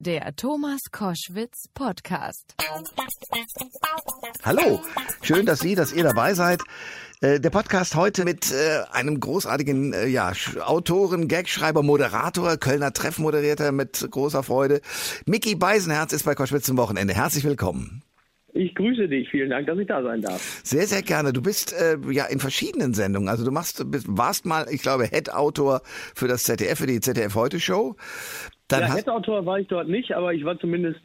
Der Thomas Koschwitz Podcast. Hallo, schön, dass ihr dabei seid. Der Podcast heute mit einem großartigen Autoren, Gagschreiber, Moderator, Kölner Treff moderiert er mit großer Freude. Micky Beisenherz ist bei Koschwitz zum Wochenende. Herzlich willkommen. Ich grüße dich. Vielen Dank, dass ich da sein darf. Sehr, sehr gerne. Du bist in verschiedenen Sendungen. Also warst mal, ich glaube, Head-Autor für das ZDF, für die ZDF-Heute-Show. Head-Autor war ich dort nicht, aber ich war zumindest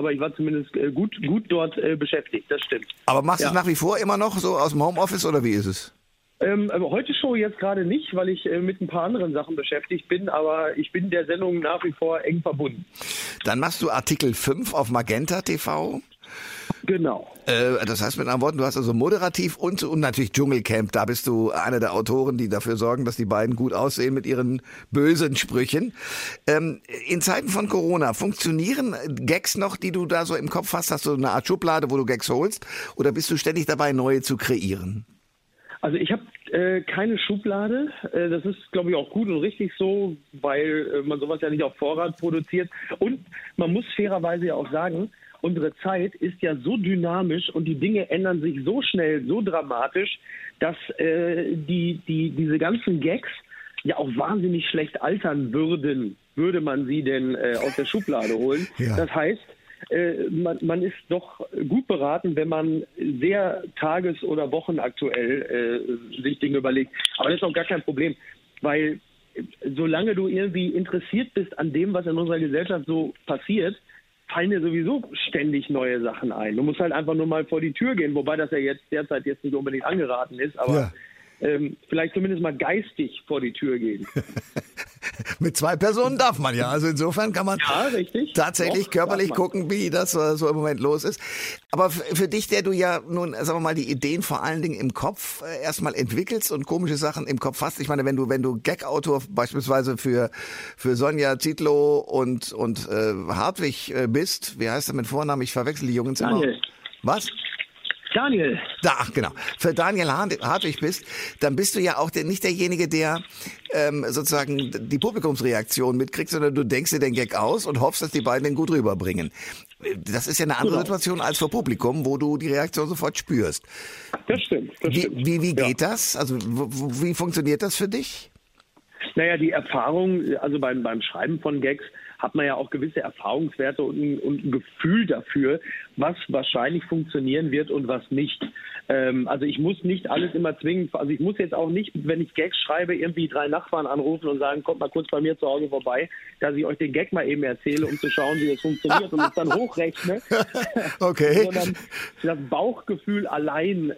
gut dort beschäftigt. Das stimmt. Aber machst du es nach wie vor immer noch so aus dem Homeoffice oder wie ist es? Heute Show jetzt gerade nicht, weil ich mit ein paar anderen Sachen beschäftigt bin, aber ich bin der Sendung nach wie vor eng verbunden. Dann machst du Artikel 5 auf Magenta TV. Genau. Das heißt mit anderen Worten, du hast also moderativ und natürlich Dschungelcamp, da bist du einer der Autoren, die dafür sorgen, dass die beiden gut aussehen mit ihren bösen Sprüchen. In Zeiten von Corona, funktionieren Gags noch, die du da so im Kopf hast? Hast du eine Art Schublade, wo du Gags holst? Oder bist du ständig dabei, neue zu kreieren? Also ich habe keine Schublade. Das ist, glaube ich, auch gut und richtig so, weil man sowas ja nicht auf Vorrat produziert. Und man muss fairerweise ja auch sagen, unsere Zeit ist ja so dynamisch und die Dinge ändern sich so schnell, so dramatisch, dass diese ganzen Gags ja auch wahnsinnig schlecht altern würden, würde man sie denn aus der Schublade holen. Ja. Das heißt, man ist doch gut beraten, wenn man sehr tages- oder wochenaktuell sich Dinge überlegt. Aber das ist auch gar kein Problem, weil solange du irgendwie interessiert bist an dem, was in unserer Gesellschaft so passiert, fallen dir sowieso ständig neue Sachen ein. Du musst halt einfach nur mal vor die Tür gehen, wobei das ja derzeit nicht unbedingt angeraten ist, aber vielleicht zumindest mal geistig vor die Tür gehen. Mit 2 Personen darf man ja. Also insofern kann man tatsächlich körperlich gucken, wie das so im Moment los ist. Aber für dich, der du ja nun, sagen wir mal, die Ideen vor allen Dingen im Kopf erstmal entwickelst und komische Sachen im Kopf hast. Ich meine, wenn du Gag-Autor beispielsweise für Sonja Zietlow und Hartwig bist, wie heißt er mit Vornamen? Ich verwechsel die Jungs immer. Was? Daniel. Genau. Für Daniel Hartwig bist, dann bist du ja auch nicht derjenige, der sozusagen die Publikumsreaktion mitkriegt, sondern du denkst dir den Gag aus und hoffst, dass die beiden den gut rüberbringen. Das ist ja eine andere Situation als vor Publikum, wo du die Reaktion sofort spürst. Das stimmt. Wie geht das? Also wie funktioniert das für dich? Naja, die Erfahrung, also beim Schreiben von Gags hat man ja auch gewisse Erfahrungswerte und ein Gefühl dafür, was wahrscheinlich funktionieren wird und was nicht. Also ich muss nicht alles immer zwingen, also ich muss jetzt auch nicht, wenn ich Gags schreibe, irgendwie 3 Nachbarn anrufen und sagen, kommt mal kurz bei mir zu Hause vorbei, dass ich euch den Gag mal eben erzähle, um zu schauen, wie das funktioniert und es dann hochrechne. Okay. Sondern das Bauchgefühl allein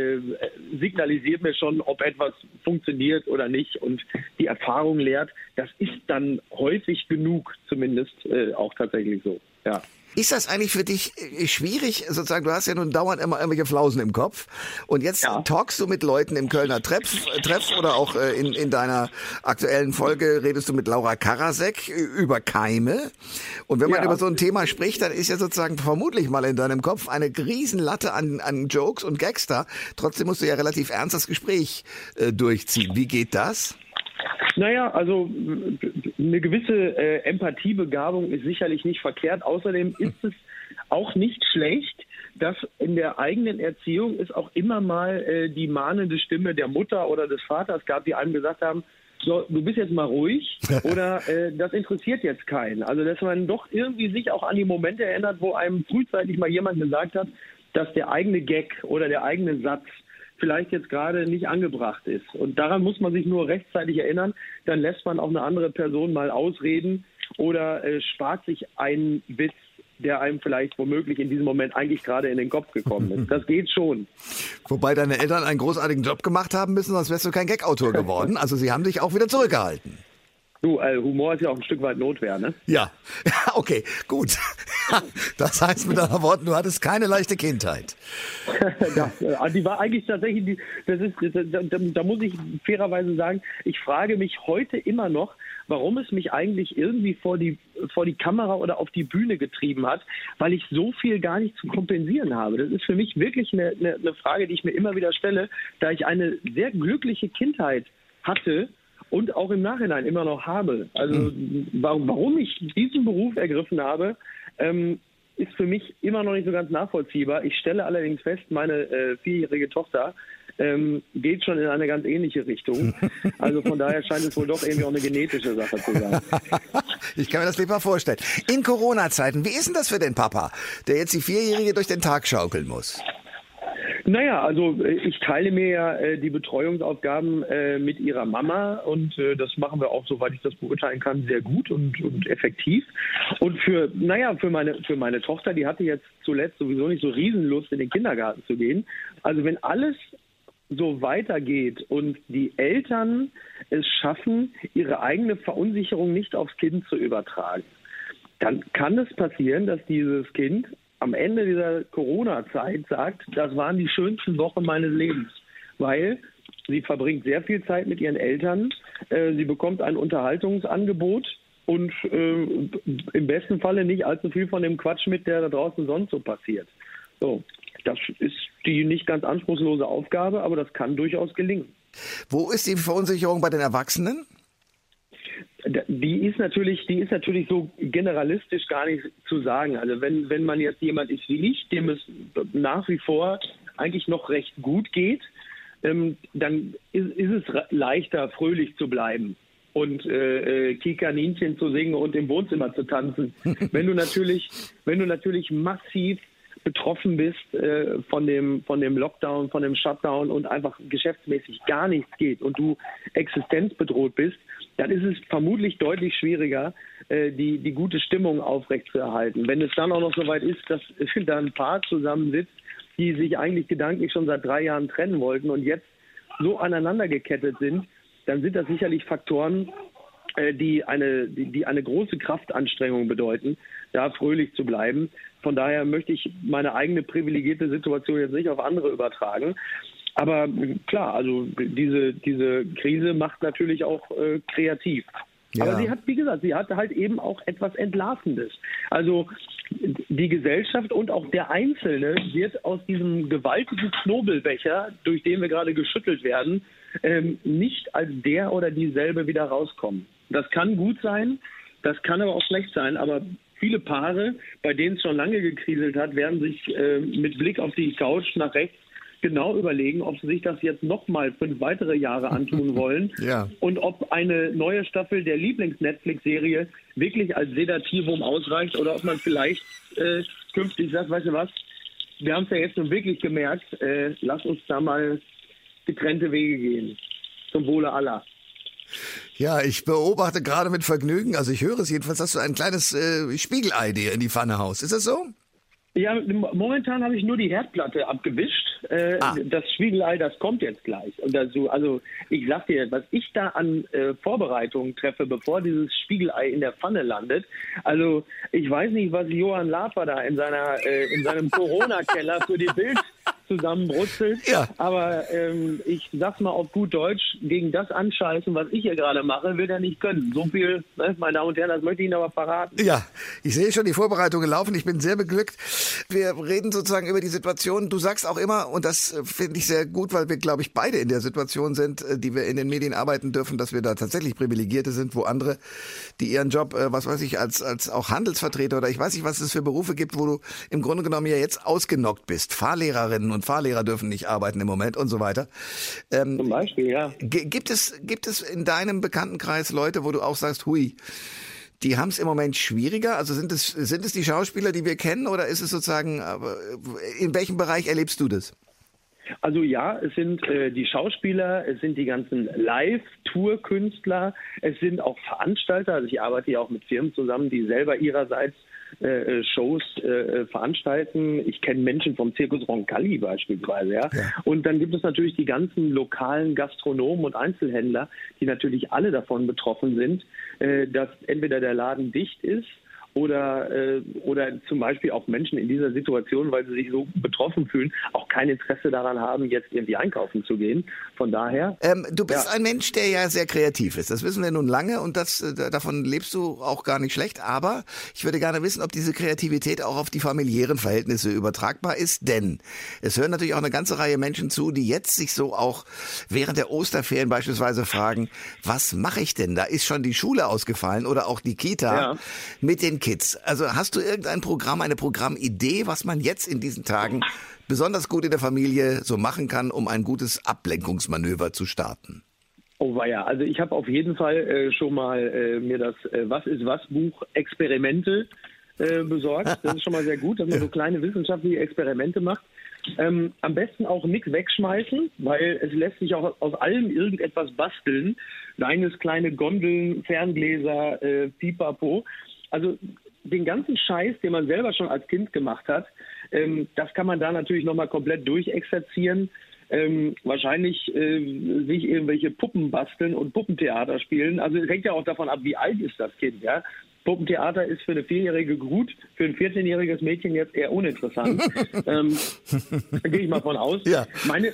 signalisiert mir schon, ob etwas funktioniert oder nicht, und die Erfahrung lehrt, das ist dann häufig genug, zumindest auch tatsächlich so, ja. Ist das eigentlich für dich schwierig, sozusagen, du hast ja nun dauernd immer irgendwelche Flausen im Kopf und jetzt talkst du mit Leuten im Kölner Treff oder auch in deiner aktuellen Folge redest du mit Laura Karasek über Keime, und wenn man über so ein Thema spricht, dann ist ja sozusagen vermutlich mal in deinem Kopf eine Riesenlatte an Jokes und Gags da, trotzdem musst du ja relativ ernst das Gespräch durchziehen. Wie geht das? Naja, also eine gewisse Empathiebegabung ist sicherlich nicht verkehrt. Außerdem ist es auch nicht schlecht, dass in der eigenen Erziehung es auch immer mal die mahnende Stimme der Mutter oder des Vaters gab, die einem gesagt haben, so, du bist jetzt mal ruhig oder das interessiert jetzt keinen. Also dass man doch irgendwie sich auch an die Momente erinnert, wo einem frühzeitig mal jemand gesagt hat, dass der eigene Gag oder der eigene Satz vielleicht jetzt gerade nicht angebracht ist. Und daran muss man sich nur rechtzeitig erinnern. Dann lässt man auch eine andere Person mal ausreden oder spart sich einen Witz, der einem vielleicht womöglich in diesem Moment eigentlich gerade in den Kopf gekommen ist. Das geht schon. Wobei deine Eltern einen großartigen Job gemacht haben müssen, sonst wärst du kein Gag-Autor geworden. Also sie haben dich auch wieder zurückgehalten. Du, Humor ist ja auch ein Stück weit Notwehr, ne? Ja, okay, gut. Das heißt mit anderen Worten, du hattest keine leichte Kindheit. Die war eigentlich tatsächlich, da muss ich fairerweise sagen, ich frage mich heute immer noch, warum es mich eigentlich irgendwie vor die Kamera oder auf die Bühne getrieben hat, weil ich so viel gar nicht zu kompensieren habe. Das ist für mich wirklich eine Frage, die ich mir immer wieder stelle, da ich eine sehr glückliche Kindheit hatte und auch im Nachhinein immer noch habe. Also warum ich diesen Beruf ergriffen habe, ist für mich immer noch nicht so ganz nachvollziehbar. Ich stelle allerdings fest, meine 4-jährige Tochter geht schon in eine ganz ähnliche Richtung. Also von daher scheint es wohl doch irgendwie auch eine genetische Sache zu sein. Ich kann mir das lieber vorstellen. In Corona-Zeiten, wie ist denn das für den Papa, der jetzt die 4-Jährige durch den Tag schaukeln muss? Naja, also ich teile mir ja die Betreuungsaufgaben mit ihrer Mama und das machen wir auch, soweit ich das beurteilen kann, sehr gut und effektiv. Und für meine Tochter, die hatte jetzt zuletzt sowieso nicht so Riesenlust, in den Kindergarten zu gehen. Also wenn alles so weitergeht und die Eltern es schaffen, ihre eigene Verunsicherung nicht aufs Kind zu übertragen, dann kann es passieren, dass dieses Kind am Ende dieser Corona-Zeit sagt, das waren die schönsten Wochen meines Lebens, weil sie verbringt sehr viel Zeit mit ihren Eltern, sie bekommt ein Unterhaltungsangebot und im besten Falle nicht allzu viel von dem Quatsch mit, der da draußen sonst so passiert. So, das ist die nicht ganz anspruchslose Aufgabe, aber das kann durchaus gelingen. Wo ist die Verunsicherung bei den Erwachsenen? Die ist natürlich so generalistisch gar nicht zu sagen. Also wenn man jetzt jemand ist wie ich, dem es nach wie vor eigentlich noch recht gut geht, dann ist es leichter, fröhlich zu bleiben und Kikaninchen zu singen und im Wohnzimmer zu tanzen. Wenn du natürlich massiv betroffen bist von dem Lockdown, von dem Shutdown und einfach geschäftsmäßig gar nichts geht und du existenzbedroht bist, dann ist es vermutlich deutlich schwieriger, die gute Stimmung aufrechtzuerhalten. Wenn es dann auch noch so weit ist, dass da ein Paar zusammensitzt, die sich eigentlich gedanklich schon seit 3 Jahren trennen wollten und jetzt so aneinander gekettet sind, dann sind das sicherlich Faktoren, die eine große Kraftanstrengung bedeuten, da fröhlich zu bleiben. Von daher möchte ich meine eigene privilegierte Situation jetzt nicht auf andere übertragen. Aber klar, also diese Krise macht natürlich auch kreativ. Ja. Aber sie hat halt eben auch etwas Entlarvendes. Also die Gesellschaft und auch der Einzelne wird aus diesem gewaltigen Knobelbecher, durch den wir gerade geschüttelt werden, nicht als der oder dieselbe wieder rauskommen. Das kann gut sein, das kann aber auch schlecht sein, aber viele Paare, bei denen es schon lange gekriselt hat, werden sich mit Blick auf die Couch nach rechts genau überlegen, ob sie sich das jetzt nochmal 5 weitere Jahre antun wollen und ob eine neue Staffel der Lieblings-Netflix-Serie wirklich als Sedativum ausreicht oder ob man vielleicht künftig sagt, weißt du was, wir haben es ja jetzt nun wirklich gemerkt, lass uns da mal getrennte Wege gehen, zum Wohle aller. Ja, ich beobachte gerade mit Vergnügen, also ich höre es jedenfalls, dass du ein kleines Spiegelei dir in die Pfanne haust. Ist das so? Ja, momentan habe ich nur die Herdplatte abgewischt. Das Spiegelei, das kommt jetzt gleich. Und also ich sag dir, was ich da an Vorbereitungen treffe, bevor dieses Spiegelei in der Pfanne landet. Also ich weiß nicht, was Johann Lafer da in seinem Corona-Keller für die Bild zusammenbrutzelt. Ja. Aber ich sag's mal auf gut Deutsch, gegen das Anscheißen, was ich hier gerade mache, wird er nicht können. So viel, meine Damen und Herren, das möchte ich Ihnen aber verraten. Ja, ich sehe schon die Vorbereitungen laufen. Ich bin sehr beglückt. Wir reden sozusagen über die Situation. Du sagst auch immer, und das finde ich sehr gut, weil wir, glaube ich, beide in der Situation sind, die wir in den Medien arbeiten dürfen, dass wir da tatsächlich Privilegierte sind, wo andere, die ihren Job, was weiß ich, als auch Handelsvertreter oder ich weiß nicht, was es für Berufe gibt, wo du im Grunde genommen ja jetzt ausgenockt bist. Fahrlehrerinnen und Fahrlehrer dürfen nicht arbeiten im Moment und so weiter. Zum Beispiel, ja. Gibt es in deinem Bekanntenkreis Leute, wo du auch sagst, hui, die haben es im Moment schwieriger? Also sind es die Schauspieler, die wir kennen, oder ist es sozusagen, in welchem Bereich erlebst du das? Also ja, es sind die Schauspieler, es sind die ganzen Live-Tour-Künstler, es sind auch Veranstalter. Also ich arbeite ja auch mit Firmen zusammen, die selber ihrerseits Shows veranstalten. Ich kenne Menschen vom Circus Roncalli beispielsweise. Ja? Und dann gibt es natürlich die ganzen lokalen Gastronomen und Einzelhändler, die natürlich alle davon betroffen sind, dass entweder der Laden dicht ist oder zum Beispiel auch Menschen in dieser Situation, weil sie sich so betroffen fühlen, auch kein Interesse daran haben, jetzt irgendwie einkaufen zu gehen. Von daher. Du bist ein Mensch, der ja sehr kreativ ist. Das wissen wir nun lange und davon lebst du auch gar nicht schlecht. Aber ich würde gerne wissen, ob diese Kreativität auch auf die familiären Verhältnisse übertragbar ist. Denn es hören natürlich auch eine ganze Reihe Menschen zu, die jetzt sich so auch während der Osterferien beispielsweise fragen, was mache ich denn? Da ist schon die Schule ausgefallen oder auch die Kita mit den Kids. Also hast du irgendein Programm, eine Programmidee, was man jetzt in diesen Tagen besonders gut in der Familie so machen kann, um ein gutes Ablenkungsmanöver zu starten? Oh weia, also ich habe auf jeden Fall schon mal mir das Was ist was Buch Experimente besorgt. Das ist schon mal sehr gut, dass man so kleine wissenschaftliche Experimente macht. Am besten auch nichts wegschmeißen, weil es lässt sich auch aus allem irgendetwas basteln. Kleines, kleine Gondeln, Ferngläser, Pipapo. Also den ganzen Scheiß, den man selber schon als Kind gemacht hat, das kann man da natürlich nochmal komplett durchexerzieren. Wahrscheinlich sich irgendwelche Puppen basteln und Puppentheater spielen. Also es hängt ja auch davon ab, wie alt ist das Kind, ja. Puppentheater ist für eine 4-Jährige gut, für ein 14-jähriges Mädchen jetzt eher uninteressant. Da gehe ich mal von aus. Ja. Meine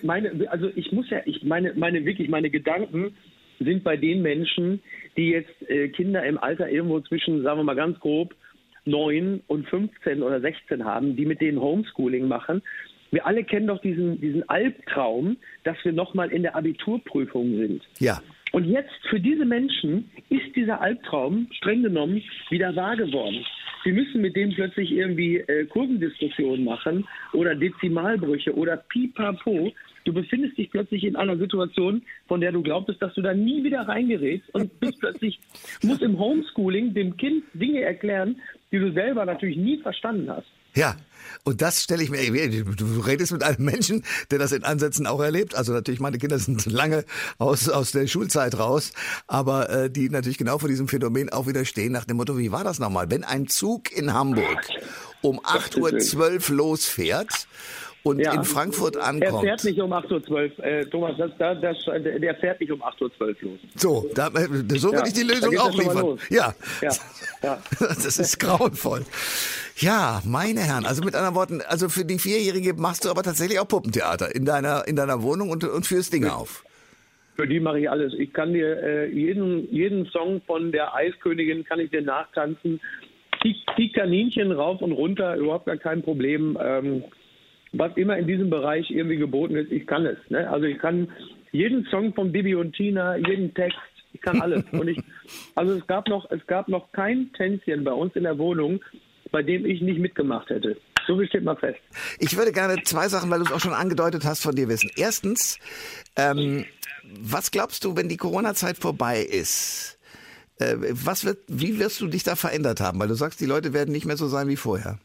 Gedanken sind bei den Menschen, die jetzt Kinder im Alter irgendwo zwischen, sagen wir mal ganz grob, 9 und 15 oder 16 haben, die mit denen Homeschooling machen. Wir alle kennen doch diesen Albtraum, dass wir nochmal in der Abiturprüfung sind. Ja. Und jetzt für diese Menschen ist dieser Albtraum streng genommen wieder wahr geworden. Sie müssen mit denen plötzlich irgendwie Kurvendiskussionen machen oder Dezimalbrüche oder Pipapo. Du befindest dich plötzlich in einer Situation, von der du glaubtest, dass du da nie wieder reingerätst und bist plötzlich, musst im Homeschooling dem Kind Dinge erklären, die du selber natürlich nie verstanden hast. Ja, und das stelle ich mir, du redest mit einem Menschen, der das in Ansätzen auch erlebt. Also natürlich, meine Kinder sind lange aus der Schulzeit raus, aber die natürlich genau vor diesem Phänomen auch wieder stehen nach dem Motto, wie war das nochmal? Wenn ein Zug in Hamburg um 8:12 Uhr losfährt und in Frankfurt ankommt. Er fährt nicht um 8:12 Uhr, Thomas, der fährt nicht um 8:12 Uhr los. So will ich die Lösung auch liefern. Ja. Das ist grauenvoll. Ja, meine Herren, also mit anderen Worten, also für die 4-Jährige machst du aber tatsächlich auch Puppentheater in deiner Wohnung und führst Dinge auf. Für die mache ich alles. Ich kann dir jeden Song von der Eiskönigin kann ich dir nachtanzen. Die Kaninchen rauf und runter, überhaupt gar kein Problem. Was immer in diesem Bereich irgendwie geboten ist, ich kann es. Ne? Also ich kann jeden Song von Bibi und Tina, jeden Text, ich kann alles. Und es gab noch kein Tänzchen bei uns in der Wohnung, bei dem ich nicht mitgemacht hätte. So viel steht mal fest. Ich würde gerne 2 Sachen, weil du es auch schon angedeutet hast, von dir wissen. Erstens, was glaubst du, wenn die Corona-Zeit vorbei ist? Wie wirst du dich da verändert haben? Weil du sagst, die Leute werden nicht mehr so sein wie vorher.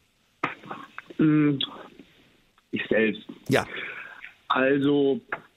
Ich selbst. Ja. Also,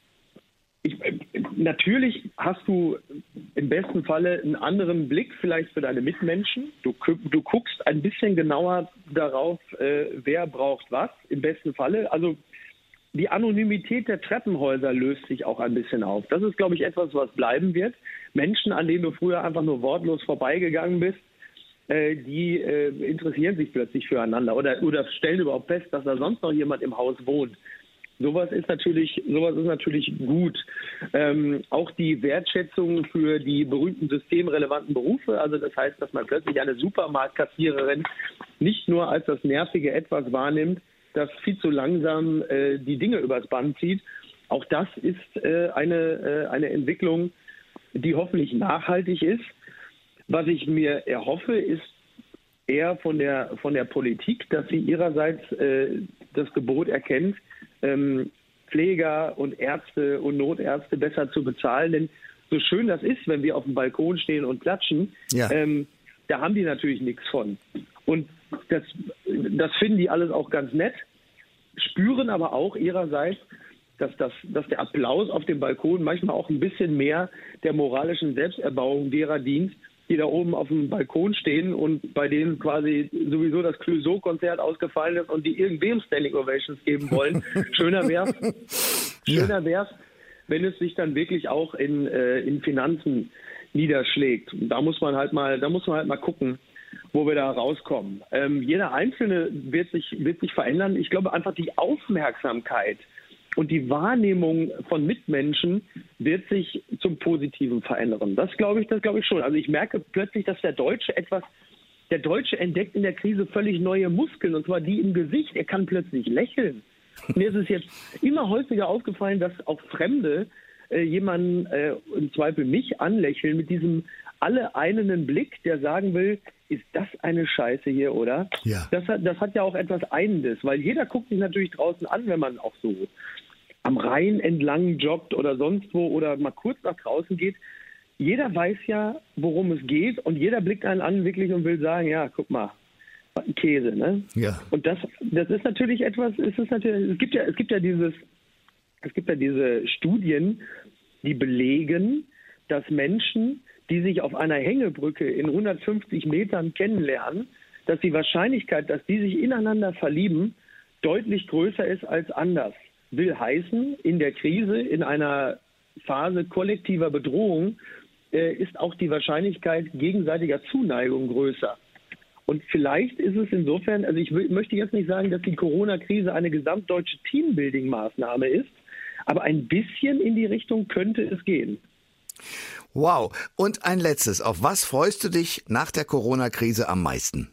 natürlich hast du im besten Falle einen anderen Blick vielleicht für deine Mitmenschen. Du guckst ein bisschen genauer darauf, wer braucht was, im besten Falle. Also die Anonymität der Treppenhäuser löst sich auch ein bisschen auf. Das ist, glaube ich, etwas, was bleiben wird. Menschen, an denen du früher einfach nur wortlos vorbeigegangen bist, die interessieren sich plötzlich füreinander oder stellen überhaupt fest, dass da sonst noch jemand im Haus wohnt. Sowas ist natürlich gut. Auch die Wertschätzung für die berühmten systemrelevanten Berufe, also das heißt, dass man plötzlich eine Supermarktkassiererin nicht nur als das nervige Etwas wahrnimmt, das viel zu langsam die Dinge übers Band zieht. Auch das ist eine Entwicklung, die hoffentlich nachhaltig ist. Was ich mir erhoffe, ist eher von der Politik, dass sie ihrerseits das Gebot erkennt, Pfleger und Ärzte und Notärzte besser zu bezahlen. Denn so schön das ist, wenn wir auf dem Balkon stehen und klatschen, da haben die natürlich nichts von. Und das finden die alles auch ganz nett, spüren aber auch ihrerseits, dass der Applaus auf dem Balkon manchmal auch ein bisschen mehr der moralischen Selbsterbauung derer dient, die da oben auf dem Balkon stehen und bei denen quasi sowieso das Clouseau-Konzert ausgefallen ist und die irgendwem Standing Ovations geben wollen. Schöner wär's, wenn es sich dann wirklich auch in Finanzen niederschlägt. Da muss man halt mal gucken, wo wir da rauskommen. Jeder Einzelne wird sich verändern. Ich glaube einfach, die Aufmerksamkeit und die Wahrnehmung von Mitmenschen wird sich zum Positiven verändern. Das glaube ich schon. Also ich merke plötzlich, dass der Deutsche entdeckt in der Krise völlig neue Muskeln, und zwar die im Gesicht. Er kann plötzlich lächeln. Mir ist es jetzt immer häufiger aufgefallen, dass auch Fremde jemanden, im Zweifel mich, anlächeln mit diesem alle-einenden Blick, der sagen will, ist das eine Scheiße hier, oder? Ja. Das hat ja auch etwas Einendes, weil jeder guckt sich natürlich draußen an, wenn man auch so am Rhein entlang joggt oder sonst wo oder mal kurz nach draußen geht. Jeder weiß ja, worum es geht, und jeder blickt einen an wirklich und will sagen, ja, guck mal, ein Käse, ne? Ja. Und das ist natürlich etwas, es gibt ja diese Studien, die belegen, dass Menschen, die sich auf einer Hängebrücke in 150 Metern kennenlernen, dass die Wahrscheinlichkeit, dass die sich ineinander verlieben, deutlich größer ist als anders. Will heißen, in der Krise, in einer Phase kollektiver Bedrohung, ist auch die Wahrscheinlichkeit gegenseitiger Zuneigung größer. Und vielleicht ist es insofern, also ich möchte jetzt nicht sagen, dass die Corona-Krise eine gesamtdeutsche Teambuilding-Maßnahme ist, aber ein bisschen in die Richtung könnte es gehen. Wow. Und ein letztes. Auf was freust du dich nach der Corona-Krise am meisten?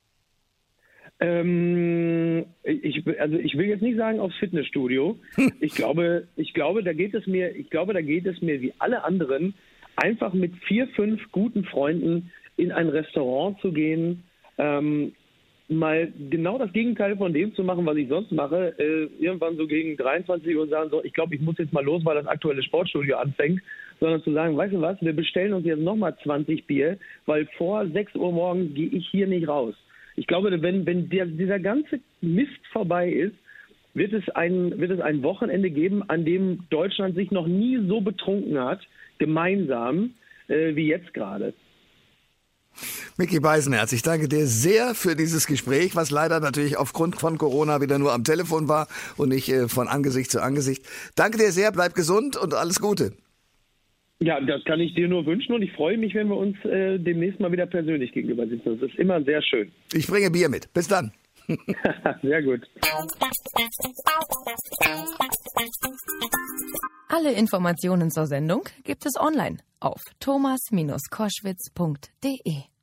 Ich will jetzt nicht sagen aufs Fitnessstudio. Ich glaube, da geht es mir wie alle anderen, einfach mit 4, 5 guten Freunden in ein Restaurant zu gehen, mal genau das Gegenteil von dem zu machen, was ich sonst mache, irgendwann so gegen 23 Uhr sagen, so, ich glaube, ich muss jetzt mal los, weil das aktuelle Sportstudio anfängt, sondern zu sagen, weißt du was, wir bestellen uns jetzt nochmal 20 Bier, weil vor 6 Uhr morgens gehe ich hier nicht raus. Ich glaube, wenn dieser ganze Mist vorbei ist, wird es ein Wochenende geben, an dem Deutschland sich noch nie so betrunken hat, gemeinsam, wie jetzt gerade. Micky Beisenherz, ich danke dir sehr für dieses Gespräch, was leider natürlich aufgrund von Corona wieder nur am Telefon war und nicht von Angesicht zu Angesicht. Danke dir sehr, bleib gesund und alles Gute. Ja, das kann ich dir nur wünschen, und ich freue mich, wenn wir uns demnächst mal wieder persönlich gegenüber sitzen. Das ist immer sehr schön. Ich bringe Bier mit. Bis dann. Sehr gut. Alle Informationen zur Sendung gibt es online auf thomas-koschwitz.de.